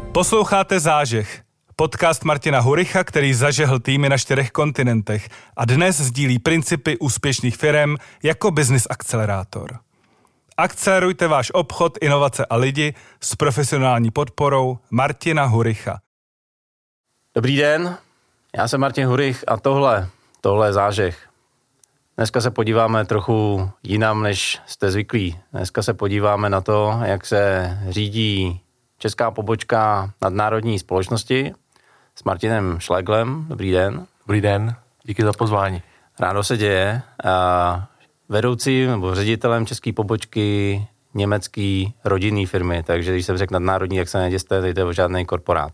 Posloucháte Zážeh, podcast Martina Huricha, který zažehl týmy na 4 kontinentech a dnes sdílí principy úspěšných firem jako business akcelerátor. Akcelerujte váš obchod, inovace a lidi s profesionální podporou Martina Huricha. Dobrý den, já jsem Martin Hurich a tohle je Zážeh. Dneska se podíváme trochu jinam, než jste zvyklí. Dneska se podíváme na to, jak se řídí česká pobočka nadnárodní společnosti s Martinem Schleglem. Dobrý den. Dobrý den, díky za pozvání. Rádo se děje. Vedoucím nebo ředitelem české pobočky německé rodinné firmy, takže když jsem řekl nadnárodní, jak se neděste, nejde o žádný korporát.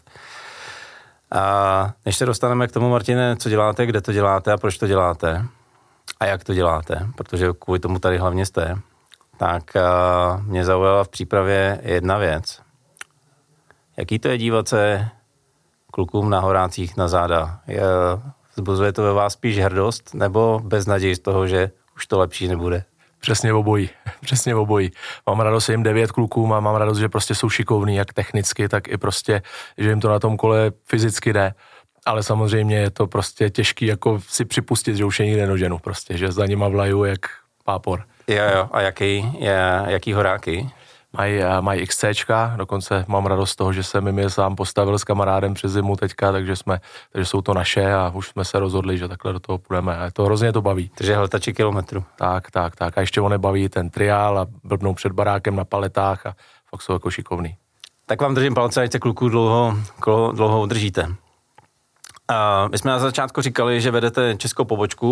A než se dostaneme k tomu, Martine, co děláte, kde to děláte a proč to děláte a jak to děláte, protože kvůli tomu tady hlavně jste, tak mě zaujala v přípravě jedna věc. Jaký to je dívat se klukům na horácích na záda? Vzbuzuje to ve vás spíš hrdost nebo beznaděj z toho, že už to lepší nebude? Přesně obojí. Mám radost, že jim 9 kluků a mám radost, že prostě jsou šikovní, jak technicky, tak i prostě, že jim to na tom kole fyzicky jde. Ale samozřejmě je to prostě těžký jako si připustit, že už je nikdy nedoženu prostě, že za nima vlaju jak pápor. Jo. A jaký horáky? Mají XCčka, dokonce mám radost z toho, že jsem jim je sám postavil s kamarádem přes zimu teďka, takže jsou to naše a už jsme se rozhodli, že takhle do toho půjdeme a hrozně to baví. Takže hltači kilometru. Tak a ještě on nebaví ten triál a blbnou před barákem na paletách a fakt jsou jako šikovný. Tak vám držím palce, ať se kluků dlouho udržíte. My jsme na začátku říkali, že vedete českou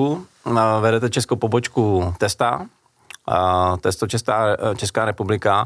pobočku Testa. Testo Česká republika.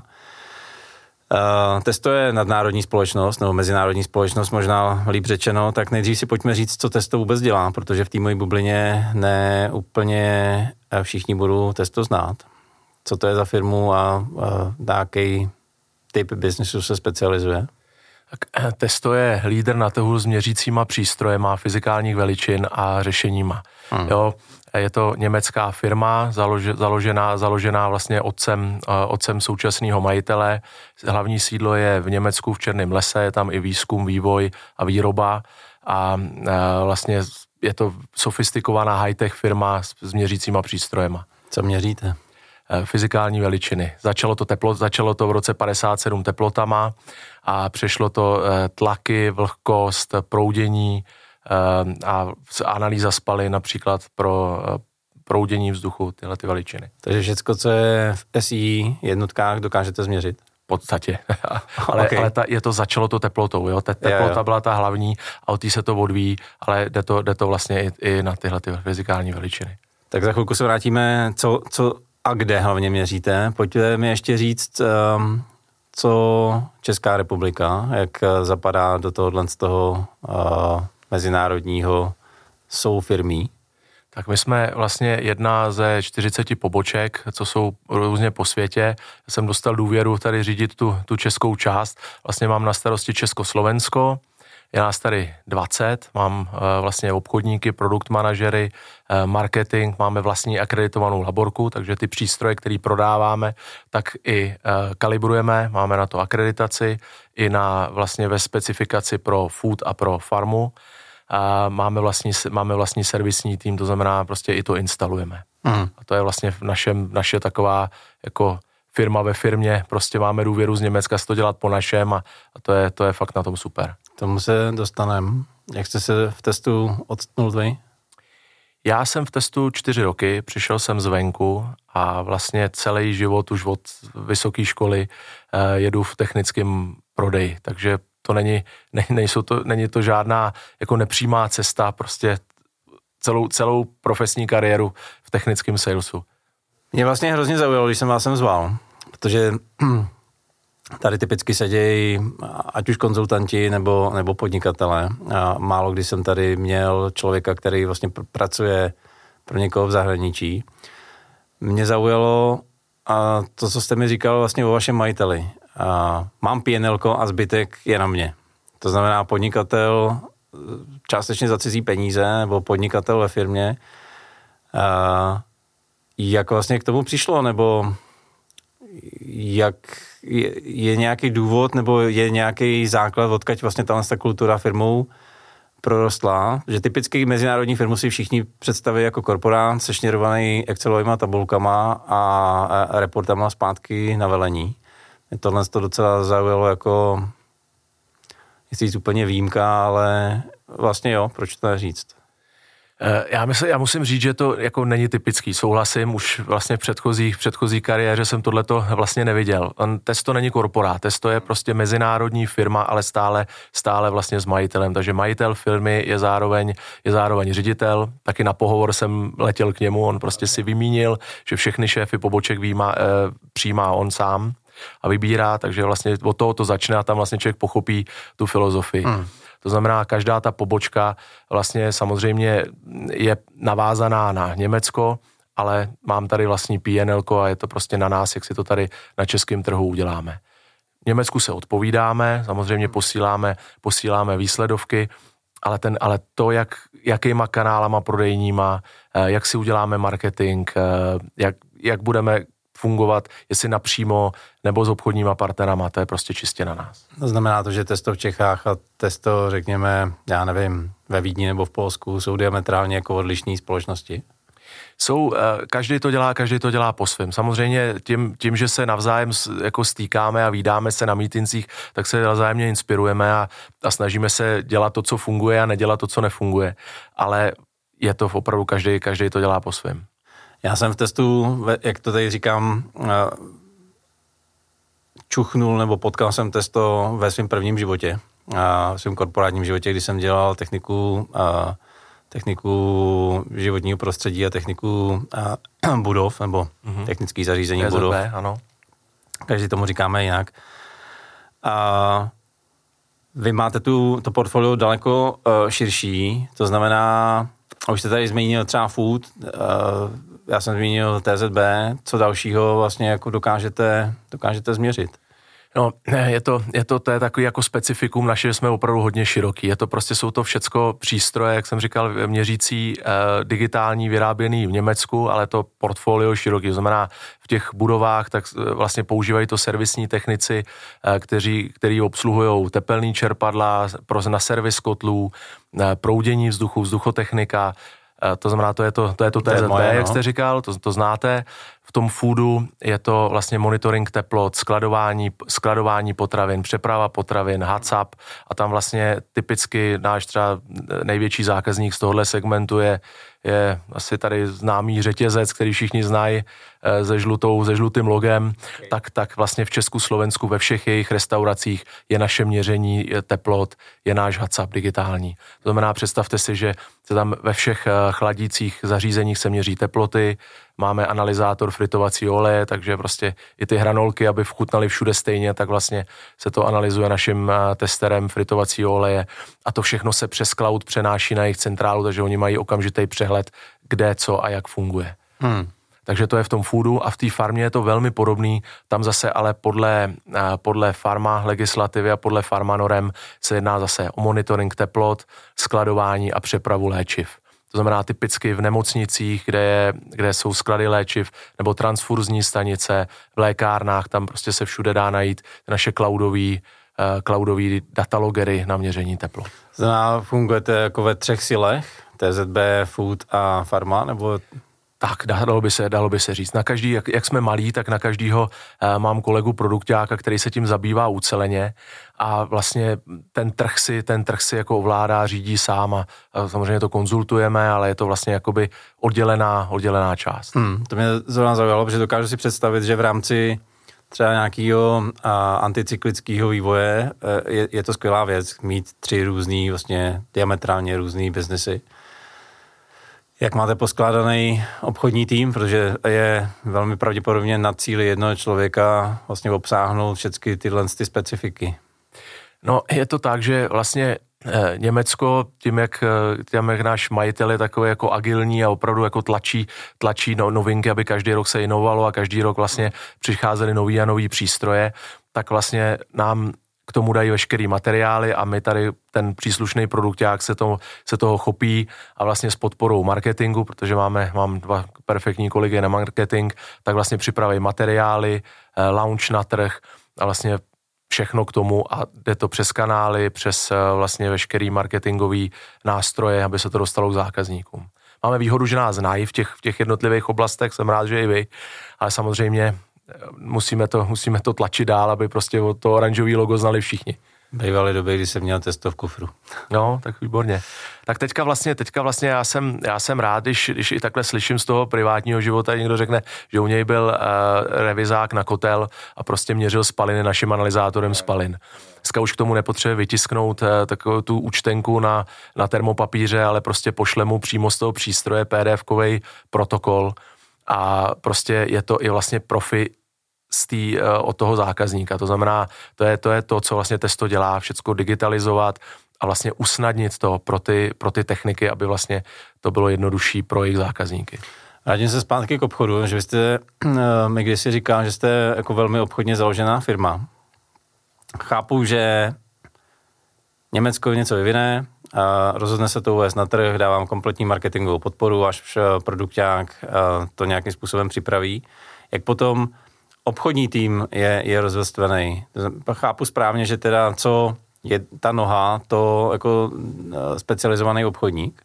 Testo je nadnárodní společnost, nebo mezinárodní společnost, možná líp řečeno, tak nejdřív si pojďme říct, co Testo vůbec dělá, protože v té mojí bublině ne úplně všichni budou Testo znát. Co to je za firmu a na jaký typ businessu se specializuje? Tak Testo je lídr na trhu s měřícíma přístrojema, fyzikálních veličin a řešeníma. Jo, je to německá firma, založená vlastně otcem současného majitele. Hlavní sídlo je v Německu v Černém lese, je tam i výzkum, vývoj a výroba a vlastně je to sofistikovaná high-tech firma s měřícíma přístrojema. Co měříte? Fyzikální veličiny. Začalo to v roce 57 teplotama a přešlo to tlaky, vlhkost, proudění a analýza spaly například pro proudění vzduchu, tyhle ty veličiny. Takže všecko, co je v SI jednotkách, dokážete změřit? V podstatě. ale začalo to teplotou, jo? Teplota byla ta hlavní a od té se to odvíjí, ale jde to vlastně i na tyhle ty fyzikální veličiny. Tak za chvilku se vrátíme, co a kde hlavně měříte. Pojďte mi ještě říct, co Česká republika, jak zapadá do tohohle z toho mezinárodního soufirmí. Tak my jsme vlastně jedna ze 40 poboček, co jsou různě po světě. Já jsem dostal důvěru tady řídit tu českou část. Vlastně mám na starosti Československo, je nás tady 20, mám vlastně obchodníky, produkt manažery, marketing, máme vlastní akreditovanou laborku, takže ty přístroje, které prodáváme, tak i kalibrujeme, máme na to akreditaci, i vlastně ve specifikaci pro food a pro farmu. Máme vlastní servisní tým, to znamená prostě i to instalujeme. A to je vlastně naše taková jako firma ve firmě, prostě máme důvěru z Německa si to dělat po našem a to je fakt na tom super. Tomu se dostaneme. Jak jste se v Testu odstnul vy? Já jsem v Testu 4 roky, přišel jsem zvenku a vlastně celý život už od vysoké školy jedu v technickém prodeji, takže to není to žádná jako nepřímá cesta, prostě celou profesní kariéru v technickém salesu. Mě vlastně hrozně zaujalo, když jsem vás sem zval, protože tady typicky sedějí ať už konzultanti nebo podnikatelé. A málo kdy jsem tady měl člověka, který vlastně pracuje pro někoho v zahraničí. Mě zaujalo to, co jste mi říkal vlastně o vašem majiteli. Mám PNLko a zbytek je na mě. To znamená podnikatel částečně za cizí peníze nebo podnikatel ve firmě. Jak vlastně k tomu přišlo, nebo jak je nějaký důvod nebo je nějaký základ, odkud vlastně ta kultura firmou prorostla, že typicky mezinárodní firmu si všichni představí jako korporát sešněrovaný Excelovýma tabulkama a reportama zpátky na velení. Tohle to docela zaujalo jako, jestli úplně výjimka, ale vlastně jo, proč to neříct? Já musím říct, že to jako není typický. Souhlasím, už vlastně v předchozí kariéře jsem tohleto vlastně neviděl. Testo není korporát, Testo je prostě mezinárodní firma, ale stále vlastně s majitelem. Takže majitel firmy je zároveň ředitel. Taky na pohovor jsem letěl k němu, on prostě si vymínil, že všechny šéfy poboček přijímá on sám a vybírá, takže vlastně od toho to začne a tam vlastně člověk pochopí tu filozofii. To znamená, každá ta pobočka vlastně samozřejmě je navázaná na Německo, ale mám tady vlastní PNL a je to prostě na nás, jak si to tady na českém trhu uděláme. V Německu se odpovídáme, samozřejmě posíláme výsledovky, ale to, jakýma kanálama prodejníma, jak si uděláme marketing, jak budeme fungovat, jestli napřímo nebo s obchodníma partnerama, to je prostě čistě na nás. To znamená to, že Testo v Čechách a Testo, řekněme, já nevím, ve Vídni nebo v Polsku jsou diametrálně jako odlišné společnosti? Každý to dělá po svém. Samozřejmě tím, že se navzájem jako stýkáme a vídáme se na mítincích, tak se navzájemně inspirujeme a snažíme se dělat to, co funguje a nedělat to, co nefunguje. Ale je to opravdu každý to dělá po svém. Já jsem v Testu, jak to tady říkám, čuchnul nebo potkal jsem Testo ve svém prvním životě, v svém korporátním životě, kdy jsem dělal techniku životního prostředí a techniku budov nebo technické zařízení budov. Ano. Každý tomu říkáme jinak. A vy máte to portfolio daleko širší, to znamená, už jste tady zmínil třeba food, já jsem zmínil TZB, co dalšího vlastně jako dokážete změřit? No, to je takový jako specifikum naše, že jsme opravdu hodně široký. jsou to všecko přístroje, jak jsem říkal, měřící, digitální, vyráběný v Německu, ale to portfolio široký. To znamená, v těch budovách tak vlastně používají to servisní technici, kteří obsluhují tepelný čerpadla, na servis kotlů, proudění vzduchu, vzduchotechnika. To znamená, to je to TZB, jak jste říkal, to znáte. V tom foodu je to vlastně monitoring teplot, skladování potravin, přeprava potravin, HACCP a tam vlastně typicky náš třeba největší zákazník z tohohle segmentu je asi tady známý řetězec, který všichni znají se žlutým logem, tak vlastně v Česku, Slovensku, ve všech jejich restauracích je naše měření teplot, je náš HACCP digitální. To znamená, představte si, že se tam ve všech chladících zařízeních se měří teploty, máme analyzátor fritovacího oleje, takže prostě i ty hranolky, aby vchutnaly všude stejně, tak vlastně se to analyzuje naším testerem fritovacího oleje a to všechno se přes cloud přenáší na jejich centrálu, takže oni mají okamžitý přehled, kde, co a jak funguje. Takže to je v tom foodu a v té farmě je to velmi podobný, tam zase ale podle farma legislativy a podle farma norem se jedná zase o monitoring teplot, skladování a přepravu léčiv. To znamená typicky v nemocnicích, kde jsou sklady léčiv nebo transfuzní stanice, v lékárnách, tam prostě se všude dá najít naše cloudový datalogery na měření teplot. Znamená, fungujete jako ve 3 silech, TZB, food a farma, nebo... Tak, dalo by se říct. Na každý, jak jsme malí, tak na každýho mám kolegu produkťáka, který se tím zabývá uceleně a vlastně ten trh si jako ovládá, řídí sám a samozřejmě to konzultujeme, ale je to vlastně jakoby oddělená část. To mě zrovna zaujalo, protože dokážu si představit, že v rámci třeba nějakého anticyklického vývoje je to skvělá věc mít 3 různý, vlastně diametrálně různý biznesy. Jak máte poskládaný obchodní tým, protože je velmi pravděpodobně na cíli jednoho člověka vlastně obsáhnout všechny tyhle specifiky? No, je to tak, že vlastně Německo, tím jak náš majitel je takový jako agilní a opravdu jako tlačí novinky, aby každý rok se inovovalo a každý rok vlastně přicházely nový a nový přístroje, tak vlastně nám k tomu dají veškerý materiály a my tady ten příslušný produkták se toho chopí a vlastně s podporou marketingu, protože mám 2 perfektní kolegy na marketing, tak vlastně připraví materiály, launch na trh a vlastně všechno k tomu a jde to přes kanály, přes vlastně veškerý marketingový nástroje, aby se to dostalo k zákazníkům. Máme výhodu, že nás znají v těch jednotlivých oblastech, jsem rád, že i vy, ale samozřejmě musíme to tlačit dál, aby prostě to oranžový logo znali všichni. Bývaly doby, kdy jsem měl testo v kufru. No, tak výborně. Tak teďka vlastně já jsem rád, když i takhle slyším z toho privátního života, někdo řekne, že u něj byl revizák na kotel a prostě měřil spaliny naším analyzátorem spalin. Dneska už k tomu nepotřebuje vytisknout takovou tu účtenku na termopapíře, ale prostě pošle mu přímo z toho přístroje PDF-kovej protokol a prostě je to i vlastně profi od toho zákazníka. To znamená, to je to, co vlastně Testo dělá, všecko digitalizovat a vlastně usnadnit to pro ty techniky, aby vlastně to bylo jednodušší pro jejich zákazníky. Vrátím se zpátky k obchodu, že vy jste, mi kdysi říkal, že jste jako velmi obchodně založená firma. Chápu, že Německo něco vyvine, rozhodne se to uvést na trh, dávám kompletní marketingovou podporu, až produkták to nějakým způsobem připraví. Jak potom obchodní tým je rozvrstvený? Chápu správně, že teda co je ta noha, to jako specializovaný obchodník?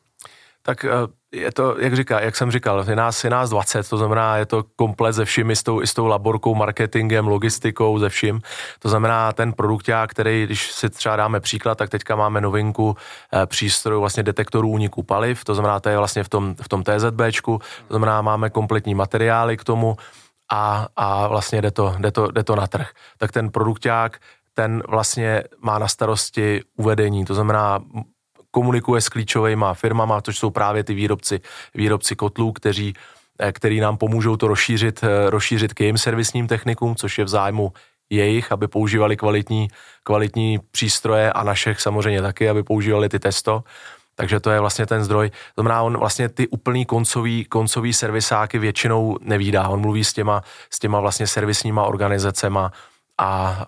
Tak je to, jak jsem říkal, je nás 20, to znamená, je to komplet ze vším, i s tou laborkou, marketingem, logistikou, ze vším. To znamená, ten produkták, který, když si třeba dáme příklad, tak teďka máme novinku přístrojů, vlastně detektorů úniku paliv, to znamená, to je vlastně v tom TZBčku, to znamená, máme kompletní materiály k tomu a vlastně jde to na trh. Tak ten produkták, ten vlastně má na starosti uvedení, to znamená, komunikuje s klíčovejma firmama, což jsou právě ty výrobci kotlů, který nám pomůžou to rozšířit k jejím servisním technikům, což je v zájmu jejich, aby používali kvalitní přístroje a našich samozřejmě taky, aby používali ty Testo. Takže to je vlastně ten zdroj. To znamená, on vlastně ty úplný koncový servisáky většinou nevídá. On mluví s těma vlastně servisníma organizacema a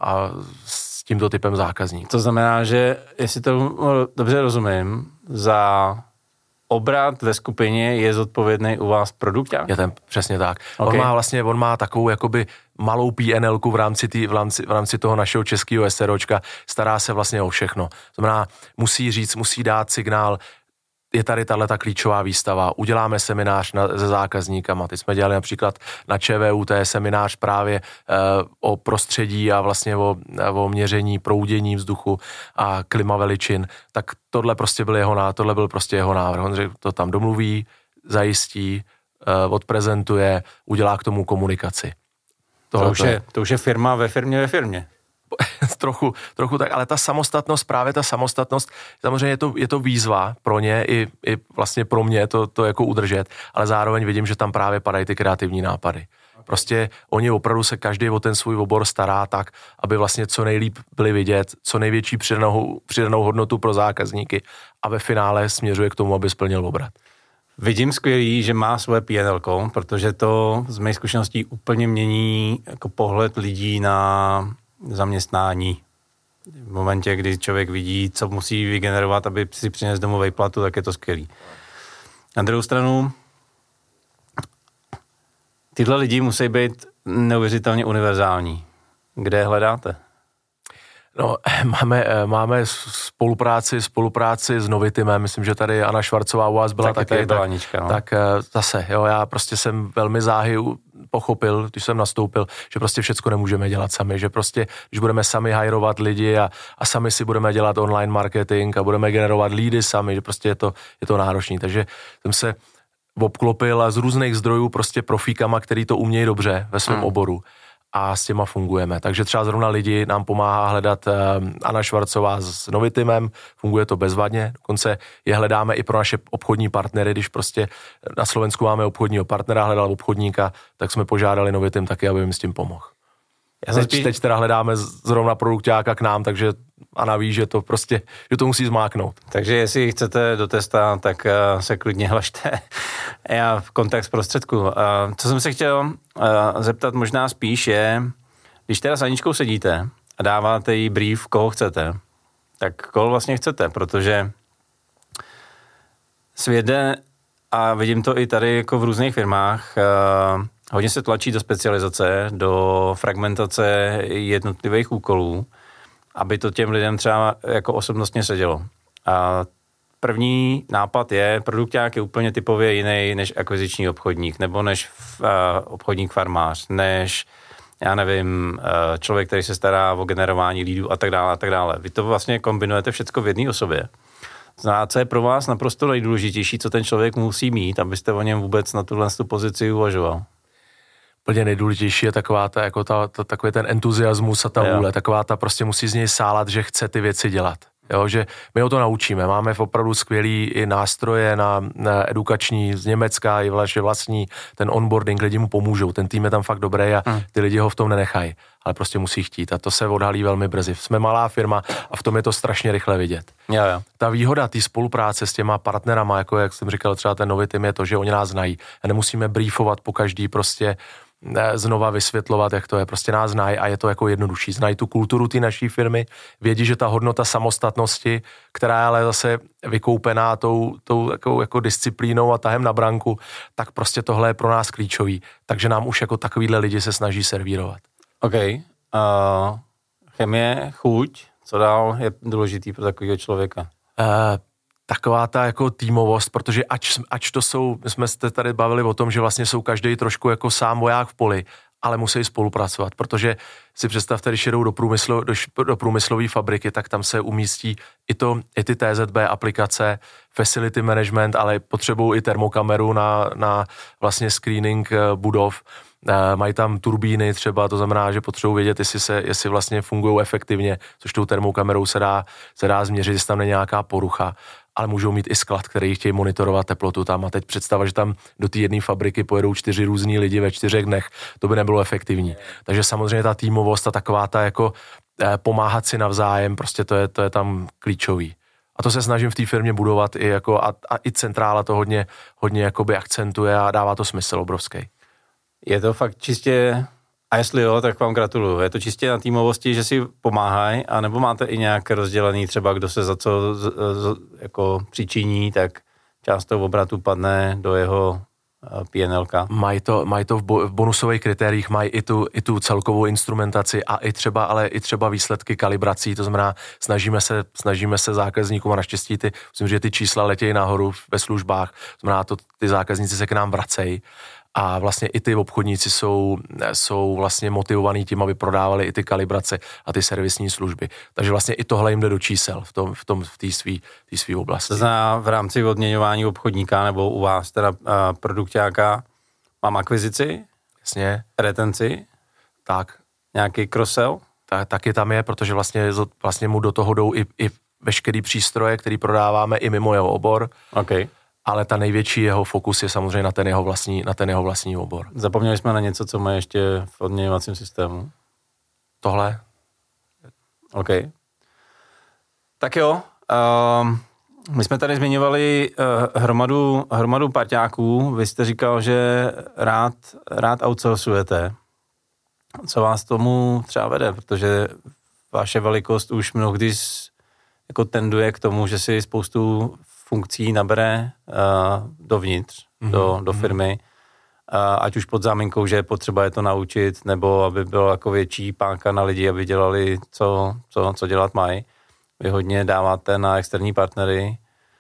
s tímto typem zákazníků. To znamená, že jestli to dobře rozumím, za obrat ve skupině je zodpovědný u vás produkták? Je ten přesně tak. Okay. On má takovou jakoby malou PNL-ku v rámci toho našeho českého SROčka, stará se vlastně o všechno. To znamená, musí dát signál, je tady tato klíčová výstava, uděláme seminář se zákazníkama. Teď jsme dělali například na ČVUT seminář právě o prostředí a vlastně o měření proudění vzduchu a klima veličin. Tak tohle byl prostě jeho návrh. On řekl, to tam domluví, zajistí, odprezentuje, udělá k tomu komunikaci. To už je firma ve firmě. trochu tak, ale ta samostatnost, samozřejmě je to výzva pro ně i vlastně pro mě to jako udržet, ale zároveň vidím, že tam právě padají ty kreativní nápady. Prostě oni opravdu se každý o ten svůj obor stará tak, aby vlastně co nejlíp byli vidět, co největší přidanou hodnotu pro zákazníky a ve finále směřuje k tomu, aby splnil obrat. Vidím skvělý, že má svoje PNL, protože to z mé zkušeností úplně mění jako pohled lidí na zaměstnání. V momentě, kdy člověk vidí, co musí vygenerovat, aby si přines domů vejplatu, tak je to skvělý. Na druhou stranu, tyhle lidi musí být neuvěřitelně univerzální. Kde je hledáte? No, máme spolupráci s Novitymem, myslím, že tady Anna Švarcová u vás byla taky. Tak zase, jo, já prostě jsem velmi záhy pochopil, když jsem nastoupil, že prostě všecko nemůžeme dělat sami, že prostě, když budeme sami hajrovat lidi a sami si budeme dělat online marketing a budeme generovat lídy sami, že prostě je to náročný, takže jsem se obklopil a z různých zdrojů prostě profíkama, který to umějí dobře ve svém oboru. A s těma fungujeme. Takže třeba zrovna lidi nám pomáhá hledat Anna Švarcová s Novitymem, funguje to bezvadně, dokonce je hledáme i pro naše obchodní partnery, když prostě na Slovensku máme obchodního partnera, hledal obchodníka, tak jsme požádali Novitym taky, aby jim s tím pomohl. Teď teda hledáme zrovna produkťáka k nám, takže Anna ví, že to prostě, že to musí zmáknout. Takže jestli chcete do testa, tak se klidně hlašte. Já v kontakt zprostředku. Co jsem se chtěl zeptat možná spíš je, když teda s Aničkou sedíte a dáváte jí brief, koho chcete, tak koho vlastně chcete, protože svět jde, a vidím to i tady jako v různých firmách, hodně se tlačí do specializace, do fragmentace jednotlivých úkolů, aby to těm lidem třeba jako osobnostně sedělo. A první nápad je, produkták je úplně typově jiný než akviziční obchodník, nebo než obchodník farmář, než, já nevím, člověk, který se stará o generování leadů a tak dále, a tak dále. Vy to vlastně kombinujete všecko v jedné osobě. A co je pro vás naprosto nejdůležitější, co ten člověk musí mít, abyste o něm vůbec na tuhle pozici uvažoval? Úplně nejdůležitější je takový ten entuziasmus a ta vůle, taková ta prostě musí z něj sálat, že chce ty věci dělat. Jo, že my ho to naučíme. Máme opravdu skvělý i nástroje na edukační z Německa, i vlastní, ten onboarding, lidi mu pomůžou, ten tým je tam fakt dobrý a ty lidi ho v tom nenechají, ale prostě musí chtít a to se odhalí velmi brzy. Jsme malá firma a v tom je to strašně rychle vidět. Jo. Ta výhoda té spolupráce s těma partnerama, jako jak jsem říkal, třeba ten nový tým je to, že oni nás znají a nemusíme briefovat po každý prostě znova vysvětlovat, jak to je. Prostě nás znají a je to jako jednodušší. Znají tu kulturu té naší firmy, vědí, že ta hodnota samostatnosti, která je ale zase vykoupená tou jako disciplínou a tahem na branku, tak prostě tohle je pro nás klíčový. Takže nám už jako takovýhle lidi se snaží servírovat. OK. Chemie, chuť, co dál je důležitý pro takového člověka? Taková ta jako týmovost, protože ač to jsou, my jsme se tady bavili o tom, že vlastně jsou každý trošku jako sám voják v poli, ale musí spolupracovat, protože si představte, když jedou do průmyslové fabriky, tak tam se umístí i ty TZB aplikace, facility management, ale potřebují i termokameru na vlastně screening budov. Mají tam turbíny třeba, to znamená, že potřebují vědět, jestli vlastně fungují efektivně, což tou termokamerou se dá změřit, jestli tam není nějaká porucha, ale můžou mít i sklad, který chtějí monitorovat teplotu tam a teď představa, že tam do té jedné fabriky pojedou 4 různý lidi ve 4 dnech, to by nebylo efektivní. Takže samozřejmě ta týmovost a taková ta jako pomáhat si navzájem, prostě to je tam klíčový. A to se snažím v té firmě budovat i jako a i centrála to hodně jakoby akcentuje a dává to smysl obrovský. Je to fakt čistě, a jestli jo, tak vám gratuluju. Je to čistě na týmovosti, že si pomáhají, anebo máte i nějak rozdělený třeba, kdo se za co jako přičiní, tak část toho obratu padne do jeho PNLka. Mají to v bonusových kritériích, mají i tu celkovou instrumentaci a i třeba výsledky kalibrací, to znamená, snažíme se zákazníkům a naštěstí myslím, že ty čísla letějí nahoru ve službách, to znamená, ty zákazníci se k nám vracejí. A vlastně i ty obchodníci jsou vlastně motivovaní tím, aby prodávali i ty kalibrace a ty servisní služby. Takže vlastně i tohle jim jde do čísel v té svý oblasti. To znamená v rámci odměňování obchodníka nebo u vás teda produkťáka mám akvizici, jasně, retenci, tak nějaký cross-sell? Taky tam je, protože vlastně mu do toho jdou i veškerý přístroje, který prodáváme i mimo jeho obor. Okay. Ale ta největší jeho fokus je samozřejmě na ten jeho vlastní obor. Zapomněli jsme na něco, co má ještě v odměňovacím systému? Tohle? OK. Tak jo, my jsme tady zmiňovali hromadu parťáků. Vy jste říkal, že rád outsourcujete. Co vás tomu třeba vede? Protože vaše velikost už mnohdy jako tenduje k tomu, že si spoustu funkcí nabere dovnitř, do firmy, ať už pod záminkou, že je potřeba je to naučit, nebo aby bylo jako větší páka na lidi, aby dělali, co dělat mají. Vy hodně dáváte na externí partnery.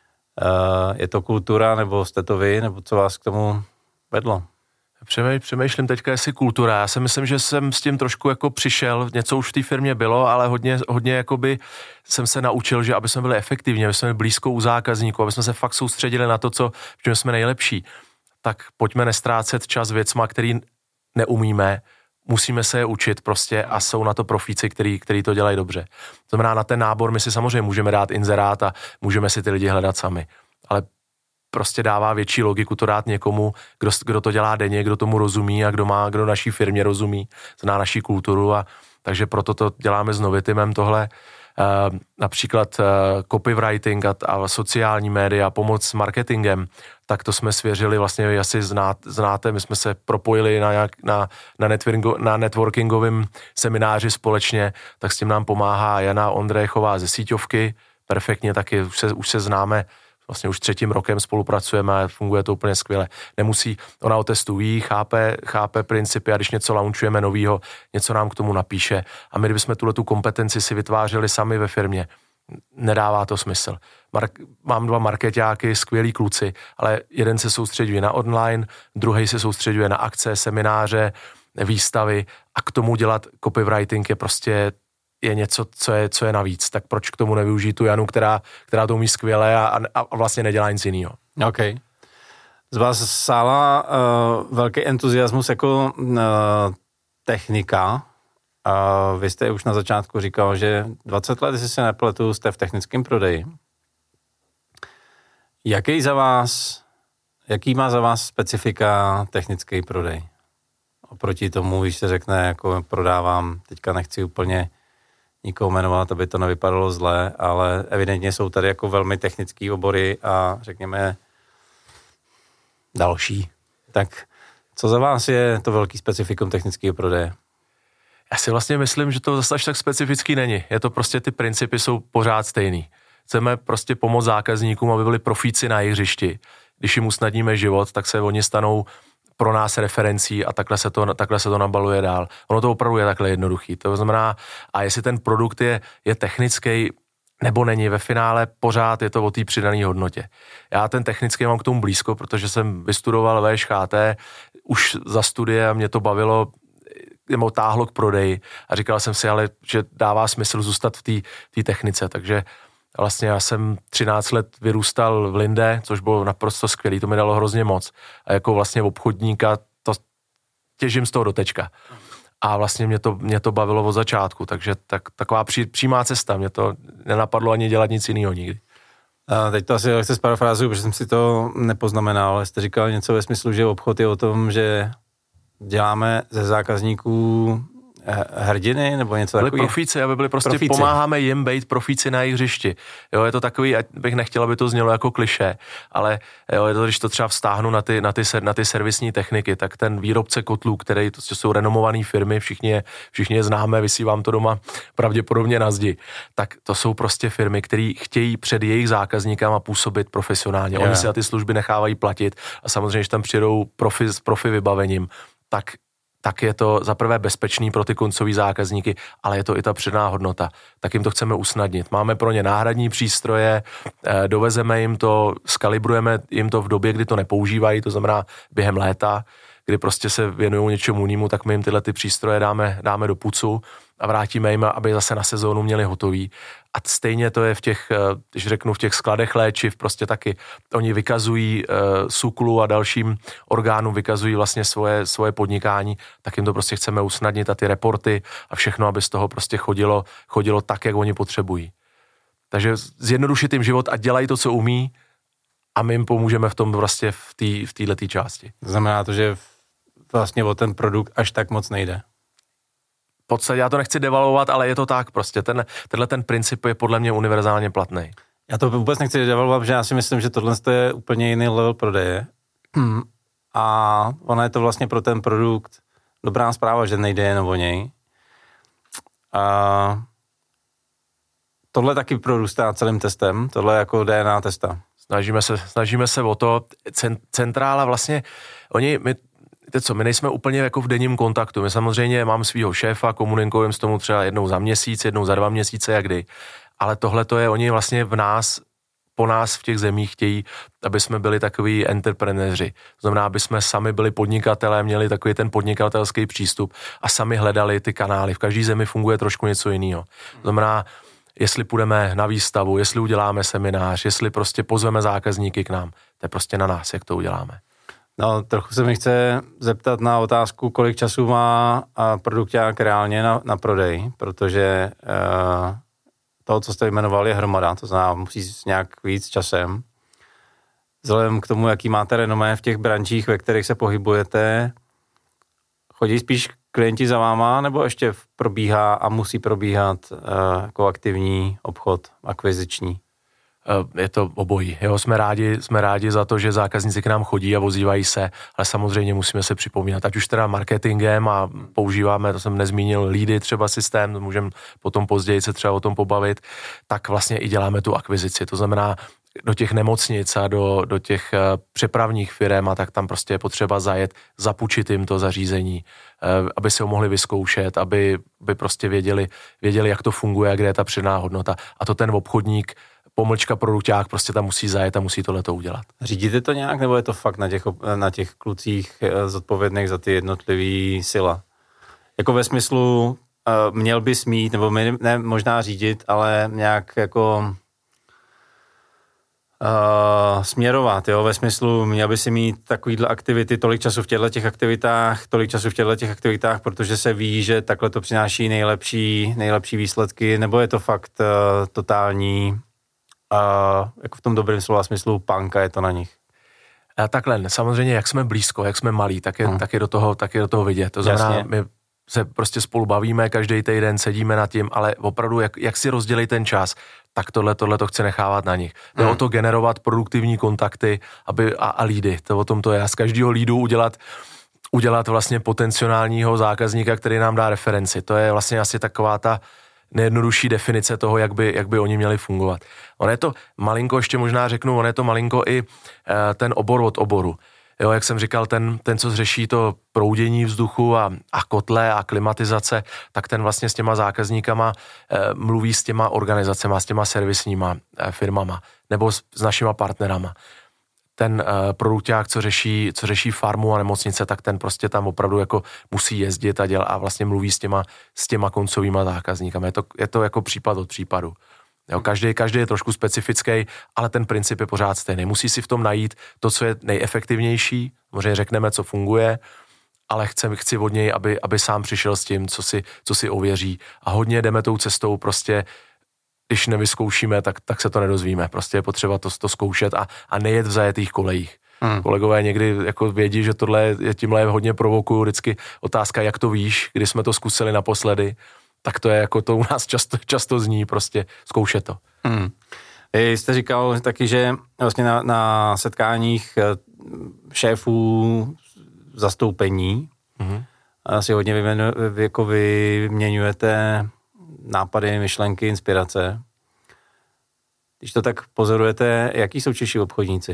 Je to kultura, nebo jste to vy, nebo co vás k tomu vedlo? Přemýšlím teďka, jestli kultura. Já si myslím, že jsem s tím trošku jako přišel, něco už v té firmě bylo, ale hodně jakoby jsem se naučil, že aby jsme byli efektivní, aby jsme byli blízko u zákazníků, aby jsme se fakt soustředili na to, v čem jsme nejlepší. Tak pojďme nestrácet čas věcma, který neumíme, musíme se je učit prostě a jsou na to profíci, který to dělají dobře. To znamená, na ten nábor my si samozřejmě můžeme dát inzerát a můžeme si ty lidi hledat sami, ale prostě dává větší logiku to dát někomu, kdo to dělá denně, kdo tomu rozumí a kdo naší firmě rozumí, zná naší kulturu a takže proto to děláme s Novitimem tohle. Například copywriting a sociální média, pomoc s marketingem, tak to jsme svěřili, vlastně asi znáte, my jsme se propojili na networkingovém semináři společně, tak s tím nám pomáhá Jana Ondréchová ze Síťovky, perfektně taky, už se známe, vlastně už 3. rokem spolupracujeme a funguje to úplně skvěle. Ona o testu ví, chápe principy a když něco launchujeme novýho, něco nám k tomu napíše a my kdybychom tu kompetenci si vytvářeli sami ve firmě, nedává to smysl. Mám 2 markeťáky, skvělí kluci, ale jeden se soustředuje na online, druhý se soustředuje na akce, semináře, výstavy a k tomu dělat copywriting je něco, co je navíc. Tak proč k tomu nevyužít tu Janu, která to umí skvěle a vlastně nedělá nic jiného. OK. Z vás sála velký entuziasmus jako technika. Vy jste už na začátku říkal, že 20 let, jestli se nepletu, jste v technickém prodeji. Jaký má za vás specifika technický prodej? Oproti tomu, když se řekne, jako prodávám, teďka nechci úplně nikoho jmenovat, aby to nevypadalo zle, ale evidentně jsou tady jako velmi technický obory a řekněme další. Tak co za vás je to velký specifikum technického prodeje? Já si vlastně myslím, že to zase až tak specifický není. Je to prostě, ty principy jsou pořád stejný. Chceme prostě pomoct zákazníkům, aby byli profíci na jejich hřišti. Když jim usnadníme život, tak se oni stanou pro nás referencí a takhle se to nabaluje dál. Ono to opravdu je takhle jednoduchý. To znamená, a jestli ten produkt je technický nebo není, ve finále pořád je to o té přidané hodnotě. Já ten technický mám k tomu blízko, protože jsem vystudoval VŠHT už za studie a mě to bavilo, nebo táhlo k prodeji a říkal jsem si, ale že dává smysl zůstat v té technice, takže vlastně já jsem 13 let vyrůstal v Linde, což bylo naprosto skvělý, to mi dalo hrozně moc. A jako vlastně obchodníka to těžím z toho dotečka. A vlastně mě to bavilo od začátku, takže taková přímá cesta, mě to nenapadlo ani dělat nic jiného nikdy. A teď to asi lehce zparafrázuju, protože jsem si to nepoznamenal, ale jste říkal něco ve smyslu, že obchod je o tom, že děláme ze zákazníků hrdiny nebo něco takového? Byli profíci, aby byli prostě pomáháme jim být profíci na jejich hřišti. Jo, je to takový, bych nechtěl, aby to znělo jako klišé, ale jo, je to, když to třeba vztáhnu na ty servisní techniky, tak ten výrobce kotlů, který to jsou renomované firmy, všichni je známe, visí vám to doma pravděpodobně na zdi, tak to jsou prostě firmy, které chtějí před jejich zákazníkama působit profesionálně. Oni si na ty služby nechávají platit a samozřejmě, když tam přijedou s profi vybavením, tak je to za prvé bezpečný pro ty koncový zákazníky, ale je to i ta přidaná hodnota. Tak jim to chceme usnadnit. Máme pro ně náhradní přístroje, dovezeme jim to, skalibrujeme jim to v době, kdy to nepoužívají, to znamená během léta, kdy prostě se věnují něčemu jinému, tak my jim tyhle ty přístroje dáme do pucu a vrátíme jim, aby zase na sezónu měli hotový. A stejně to je v těch, když řeknu, v těch skladech léčiv, prostě taky oni vykazují SÚKLu a dalším orgánům vykazují vlastně svoje podnikání, tak jim to prostě chceme usnadnit a ty reporty a všechno, aby z toho prostě chodilo tak, jak oni potřebují. Takže zjednodušit jim život a dělají to, co umí a my jim pomůžeme v tom vlastně v této části. Znamená to, že vlastně o ten produkt až tak moc nejde. V podstatě já to nechci devalvovat, ale je to tak prostě. Tenhle princip je podle mě univerzálně platný. Já to vůbec nechci devalvovat, protože já si myslím, že tohle je úplně jiný level prodeje. A ono je to vlastně pro ten produkt dobrá zpráva, že nejde jen o něj. A tohle taky prorůstá celým testem, tohle je jako DNA testa. Snažíme se o to. Centrála vlastně, my nejsme úplně jako v denním kontaktu. My samozřejmě mám svýho šéfa, komunikujeme s tomu třeba jednou za měsíc, jednou za 2 měsíce, jak kdy. Ale tohle to je, oni vlastně po nás v těch zemích chtějí, aby jsme byli takový entrepreneuři. To znamená, aby jsme sami byli podnikatelé, měli takový ten podnikatelský přístup a sami hledali ty kanály. V každé zemi funguje trošku něco jiného. To znamená, jestli půjdeme na výstavu, jestli uděláme seminář, jestli prostě pozveme zákazníky k nám, to je prostě na nás, jak to uděláme. No, trochu se mi chce zeptat na otázku, kolik času má produkťák reálně na prodej, protože toho, co jste jmenoval, je hromada, to znamená, musí s nějak víc časem. Vzhledem k tomu, jaký máte renomé v těch brančích, ve kterých se pohybujete, chodí spíš klienti za váma, nebo ještě probíhá a musí probíhat jako aktivní obchod, akviziční? Je to obojí. Jo, jsme rádi za to, že zákazníci k nám chodí a ozývají se, ale samozřejmě musíme se připomínat, ať už teda marketingem a používáme, to jsem nezmínil, leady třeba systém, můžeme potom později se třeba o tom pobavit, tak vlastně i děláme tu akvizici. To znamená, do těch nemocnic a do těch přepravních firem a tak tam prostě je potřeba zajet, zapůjčit jim to zařízení, aby si ho mohli vyzkoušet, aby prostě věděli, jak to funguje a kde je ta přidaná hodnota. A to ten obchodník, pomlčka produkták, prostě tam musí zajet a musí tohleto udělat. Řídíte to nějak, nebo je to fakt na těch klucích zodpovědných za ty jednotlivý sila? Jako ve smyslu, měl bys mít, nebo ne možná řídit, ale nějak jako směrovat, jo, ve smyslu, měl by si mít takovýhle aktivity, tolik času v těchto aktivitách, protože se ví, že takhle to přináší nejlepší výsledky, nebo je to fakt totální, jako v tom dobrém slova smyslu, pánka je to na nich? Takhle, samozřejmě, jak jsme blízko, jak jsme malí, tak je do toho vidět. To znamená, jasně. My se prostě spolu bavíme, každý týden sedíme nad tím, ale opravdu, jak si rozdělej ten čas, tak tohle to chce nechávat na nich. Jde o to generovat produktivní kontakty a lídy. To o tom to je. A z každého lídu udělat vlastně potenciálního zákazníka, který nám dá referenci. To je vlastně asi taková ta nejjednodušší definice toho, jak by oni měli fungovat. On je to malinko, ještě možná řeknu, on je to malinko i ten obor od oboru. Jo, jak jsem říkal, ten, co řeší to proudění vzduchu a kotle a klimatizace, tak ten vlastně s těma zákazníkama mluví s těma organizacema, s těma servisníma firmama nebo s našima partnerama. Ten produkták, co řeší farmu a nemocnice, tak ten prostě tam opravdu jako musí jezdit a vlastně mluví s těma koncovýma zákazníkama. Je to jako případ od případu. Jo, každý je trošku specifický, ale ten princip je pořád stejný. Musí si v tom najít to, co je nejefektivnější, možná řekneme, co funguje, ale chci od něj, aby sám přišel s tím, co si ověří. A hodně jdeme tou cestou, prostě když nevyzkoušíme, tak se to nedozvíme. Prostě je potřeba to zkoušet a nejet v zajetých kolejích. Kolegové někdy jako vědí, že tohle tímhle hodně provokuju, vždycky otázka, jak to víš, když jsme to zkusili naposledy, tak to je jako to u nás často zní, prostě zkoušet to. Vy jste říkal taky, že vlastně na setkáních šéfů zastoupení si hodně vyměňujete nápady, myšlenky, inspirace. Když to tak pozorujete, jaký jsou čeští obchodníci?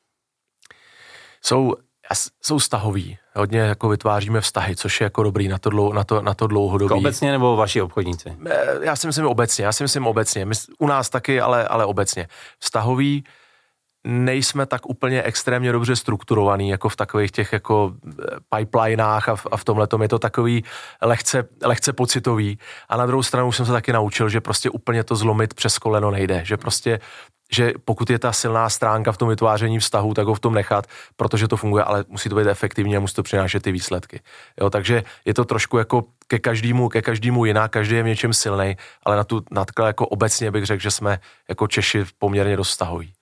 Jsou vztahoví. Hodně jako vytváříme vztahy, což je jako dobrý na to dlouhodobí. Jako obecně nebo vaši obchodníci? Já si myslím obecně. U nás taky, ale obecně. Vztahoví, nejsme tak úplně extrémně dobře strukturovaný, jako v takových těch jako pipelinách a v tomhletom je to takový lehce pocitový. A na druhou stranu jsem se taky naučil, že prostě úplně to zlomit přes koleno nejde. Že pokud je ta silná stránka v tom vytváření vztahu, tak ho v tom nechat, protože to funguje, ale musí to být efektivní a musí to přinášet ty výsledky. Jo, takže je to trošku jako ke každému jiná, každý je v něčem silnej, ale na takhle jako obecně bych řekl, že jsme jako Češi poměrně dost vztahoví.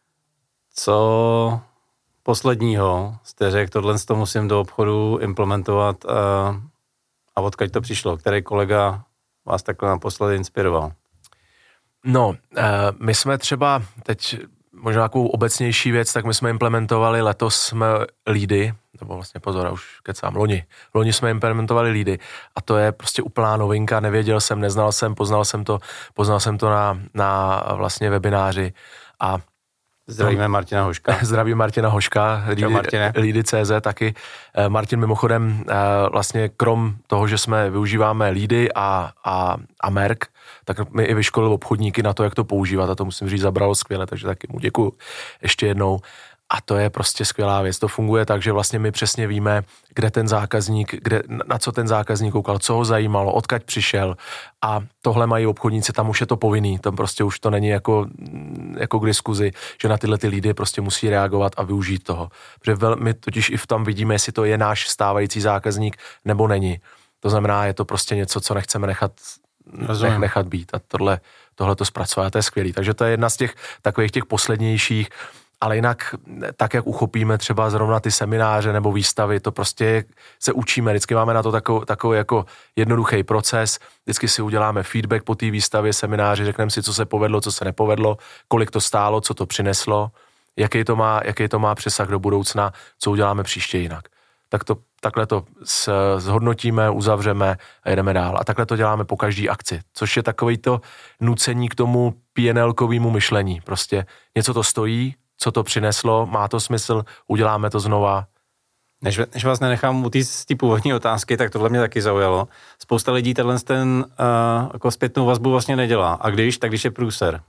Co posledního jste řekl, tohle to musím do obchodu implementovat a odkud to přišlo? Který kolega vás takhle naposledy inspiroval? No, my jsme třeba teď možná takovou obecnější věc, tak my jsme implementovali letos jsme leady, nebo vlastně pozor, už kecám, loni jsme implementovali leady a to je prostě úplná novinka, nevěděl jsem, neznal jsem, poznal jsem to na vlastně webináři a zdravíme Martina Hoška. Zdravím Martina Hoška, Leady.cz taky. Martin mimochodem vlastně krom toho, že jsme využíváme Leady a Merck, tak mi i vyškolil obchodníky na to, jak to používat a to musím říct, zabralo skvěle, takže taky mu děkuju ještě jednou. A to je prostě skvělá věc. To funguje tak, že vlastně my přesně víme, kde ten zákazník, na co ten zákazník koukal, co ho zajímalo, odkud přišel. A tohle mají obchodníci, tam už je to povinný, tam prostě už to není jako k diskuzi, že na tyhle ty lídy prostě musí reagovat a využít toho. Protože my totiž i tam vidíme, jestli to je náš stávající zákazník nebo není. To znamená, je to prostě něco, co nechceme nechat být a tohle to zpracovat, to je skvělý. Takže to je jedna z těch takových těch poslednějších. ale jinak, tak jak uchopíme třeba zrovna ty semináře nebo výstavy, to prostě se učíme. Vždycky máme na to takový jako jednoduchý proces. Vždycky si uděláme feedback po té výstavě, semináři, řekneme si, co se povedlo, co se nepovedlo, kolik to stálo, co to přineslo, jaký to má přesah do budoucna, co uděláme příště jinak. Takhle to zhodnotíme, uzavřeme a jedeme dál. A takhle to děláme po každý akci, což je takový to nucení k tomu PNL-kovému myšlení. Prostě něco to stojí, co to přineslo, má to smysl, uděláme to znova. Než vás nenechám u té původní otázky, tak tohle mě taky zaujalo. Spousta lidí ten jako zpětnou vazbu vlastně nedělá. A když je průser.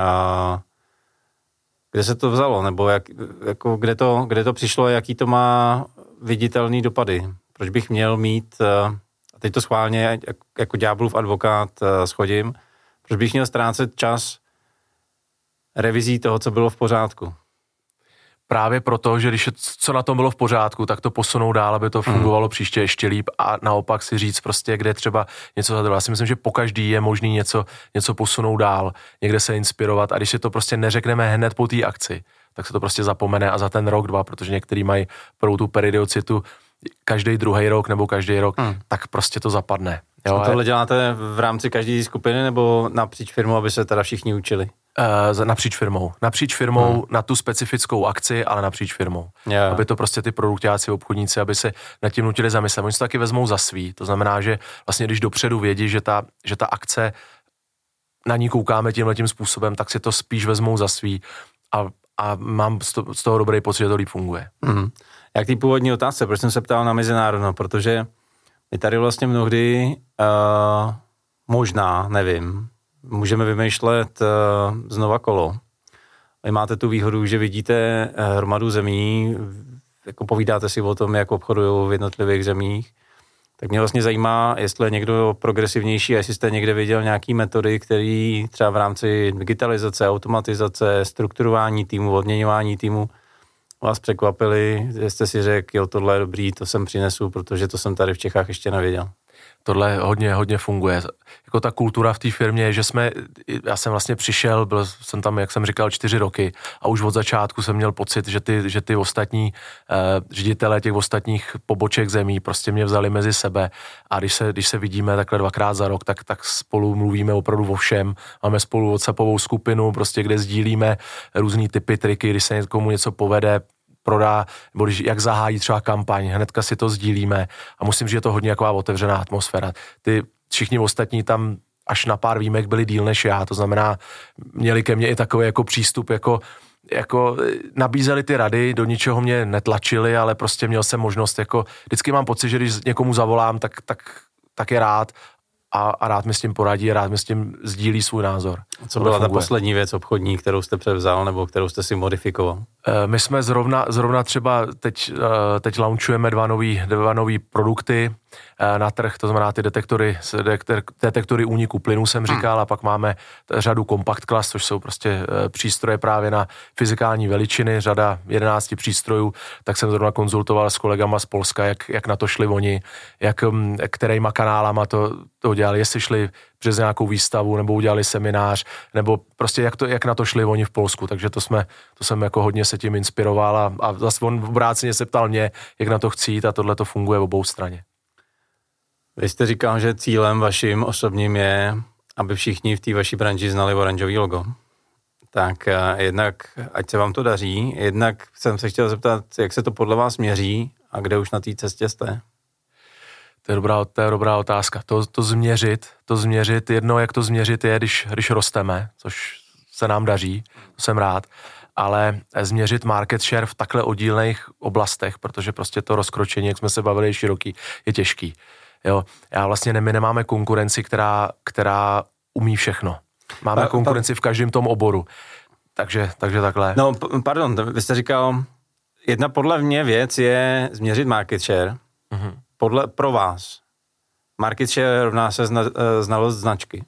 Kde se to vzalo? Nebo kde to přišlo a jaký to má viditelný dopady? Proč bych měl mít, a teď to schválně jako ďáblův advokát schodím, proč bych měl ztrácet čas revizí toho, co bylo v pořádku? Právě proto, že když co na tom bylo v pořádku, tak to posunou dál, aby to fungovalo příště ještě líp a naopak si říct prostě, kde třeba něco zadržovat. Já si myslím, že po každý je možný něco posunout dál, někde se inspirovat a když si to prostě neřekneme hned po té akci, tak se to prostě zapomene a za ten rok, 2, protože některý mají pro tu periodicitu každý druhý rok nebo každý rok, tak prostě to zapadne. Jo, a tohle děláte v rámci každé skupiny nebo napříč firmou, aby se teda všichni učili? Napříč firmou na tu specifickou akci, ale napříč firmou. Yeah. Aby to prostě ty produktáci, obchodníci, aby se nad tím nutili zamyslet. Oni se taky vezmou za svý. To znamená, že vlastně když dopředu vědí, že ta akce, na ní koukáme tímhletím způsobem, tak si to spíš vezmou za svý a mám z toho dobrý pocit, že to líp funguje. Jak ty původní otázce, proč jsem se ptal na mezinárodno, protože my tady vlastně mnohdy možná, nevím, můžeme vymýšlet znova kolo. Vy máte tu výhodu, že vidíte hromadu zemí, jako povídáte si o tom, jak obchodují v jednotlivých zemích. Tak mě vlastně zajímá, jestli je někdo progresivnější a jestli jste někde viděl nějaký metody, které třeba v rámci digitalizace, automatizace, strukturování týmu, odměňování týmu vás překvapili, jste si řekl, jo, tohle je dobrý, to sem přinesu, protože to jsem tady v Čechách ještě neviděl. Tohle hodně funguje. Jako ta kultura v té firmě je, že já jsem vlastně přišel, byl jsem tam, jak jsem říkal, 4 roky a už od začátku jsem měl pocit, že ty ostatní ředitelé těch ostatních poboček zemí prostě mě vzali mezi sebe a když se vidíme takhle 2krát za rok, tak spolu mluvíme opravdu o všem. Máme spolu WhatsAppovou skupinu, prostě kde sdílíme různý typy, triky, když se někomu něco povede, prodá, nebo jak zahájí třeba kampaň, hnedka si to sdílíme a musím říct, že je to hodně taková otevřená atmosféra. Ty všichni ostatní tam až na pár výjimek byli díl než já, to znamená, měli ke mně i takový jako přístup, jako nabízeli ty rady, do ničeho mě netlačili, ale prostě měl jsem možnost, jako vždycky mám pocit, že když někomu zavolám, tak je rád a rád mi s tím poradí, rád mi s tím sdílí svůj názor. Co byla ta poslední věc obchodní, kterou jste převzal nebo kterou jste si modifikoval? My jsme zrovna třeba teď launchujeme dva nový produkty na trh, to znamená ty detektory úniku plynu jsem říkal a pak máme řadu Compact Class, což jsou prostě přístroje právě na fyzikální veličiny, řada 11 přístrojů, tak jsem zrovna konzultoval s kolegama z Polska, jak na to šli oni, kterýma kanálama to dělali, jestli šli přes nějakou výstavu, nebo udělali seminář, nebo prostě jak na to šli oni v Polsku, takže to jsem jako hodně se tím inspiroval a zase on obráceně se ptal mě, jak na to chci jít a tohle to funguje v obou straně. Vy jste říkal, že cílem vaším osobním je, aby všichni v té vaší branži znali oranžový logo. Tak jednak, ať se vám to daří, jednak jsem se chtěl zeptat, jak se to podle vás měří a kde už na té cestě jste? To je dobrá otázka. To změřit, jedno, jak to změřit je, když rosteme, což se nám daří, to jsem rád, ale změřit market share v takhle oddílných oblastech, protože prostě to rozkročení, jak jsme se bavili, je široký, je těžký. Jo, my nemáme konkurenci, která umí všechno. Máme konkurenci v každém tom oboru. Takže takhle. No, pardon, vy jste říkal, jedna podle mě věc je změřit market share. Pro vás. Market share rovná se znalost značky.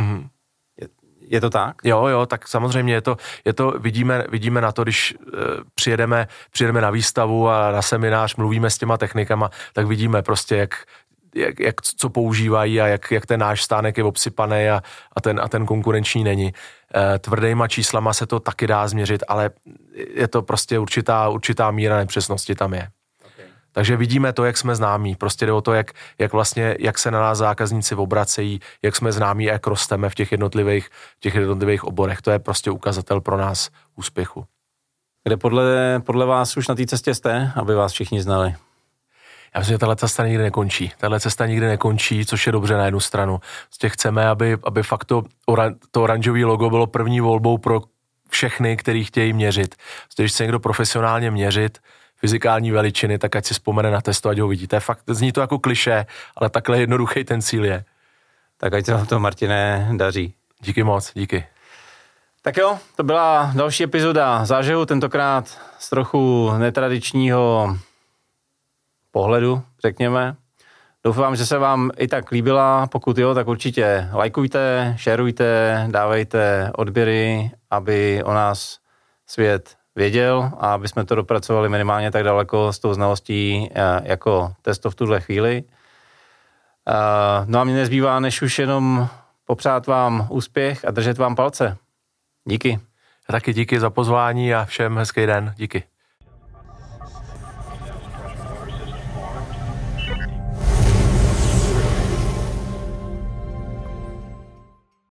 Je to tak? Jo, tak samozřejmě je to vidíme na to, když přijedeme na výstavu a na seminář, mluvíme s těma technikama, tak vidíme prostě, co používají a jak ten náš stánek je obsypaný a ten konkurenční není. Tvrdýma číslama se to taky dá změřit, ale je to prostě určitá míra nepřesnosti tam je. Okay. Takže vidíme to, jak jsme známí. Prostě jde o to, jak se na nás zákazníci obracejí, jak jsme známí a jak rosteme v těch jednotlivých oborech. To je prostě ukazatel pro nás úspěchu. Kde podle vás už na té cestě jste, aby vás všichni znali? Já myslím, že tahle cesta nikdy nekončí. Tahle cesta nikdy nekončí, což je dobře na jednu stranu. Prostě chceme, aby fakt to oranžové logo bylo první volbou pro všechny, který chtějí měřit. Prostě, když chce někdo profesionálně měřit fyzikální veličiny, tak ať si vzpomene na testo, ať ho vidí. To je fakt, zní to jako klišé, ale takhle jednoduchý ten cíl je. Tak ať se vám to, Martine, daří. Díky moc, díky. Tak jo, to byla další epizoda Zážehu, tentokrát z trochu netradičního pohledu, řekněme. Doufám, že se vám i tak líbila. Pokud jo, tak určitě lajkujte, šerujte, dávejte odběry, aby o nás svět věděl a aby jsme to dopracovali minimálně tak daleko s tou znalostí jako testo v tuhle chvíli. No a mě nezbývá, než už jenom popřát vám úspěch a držet vám palce. Díky. Taky díky za pozvání a všem hezký den. Díky.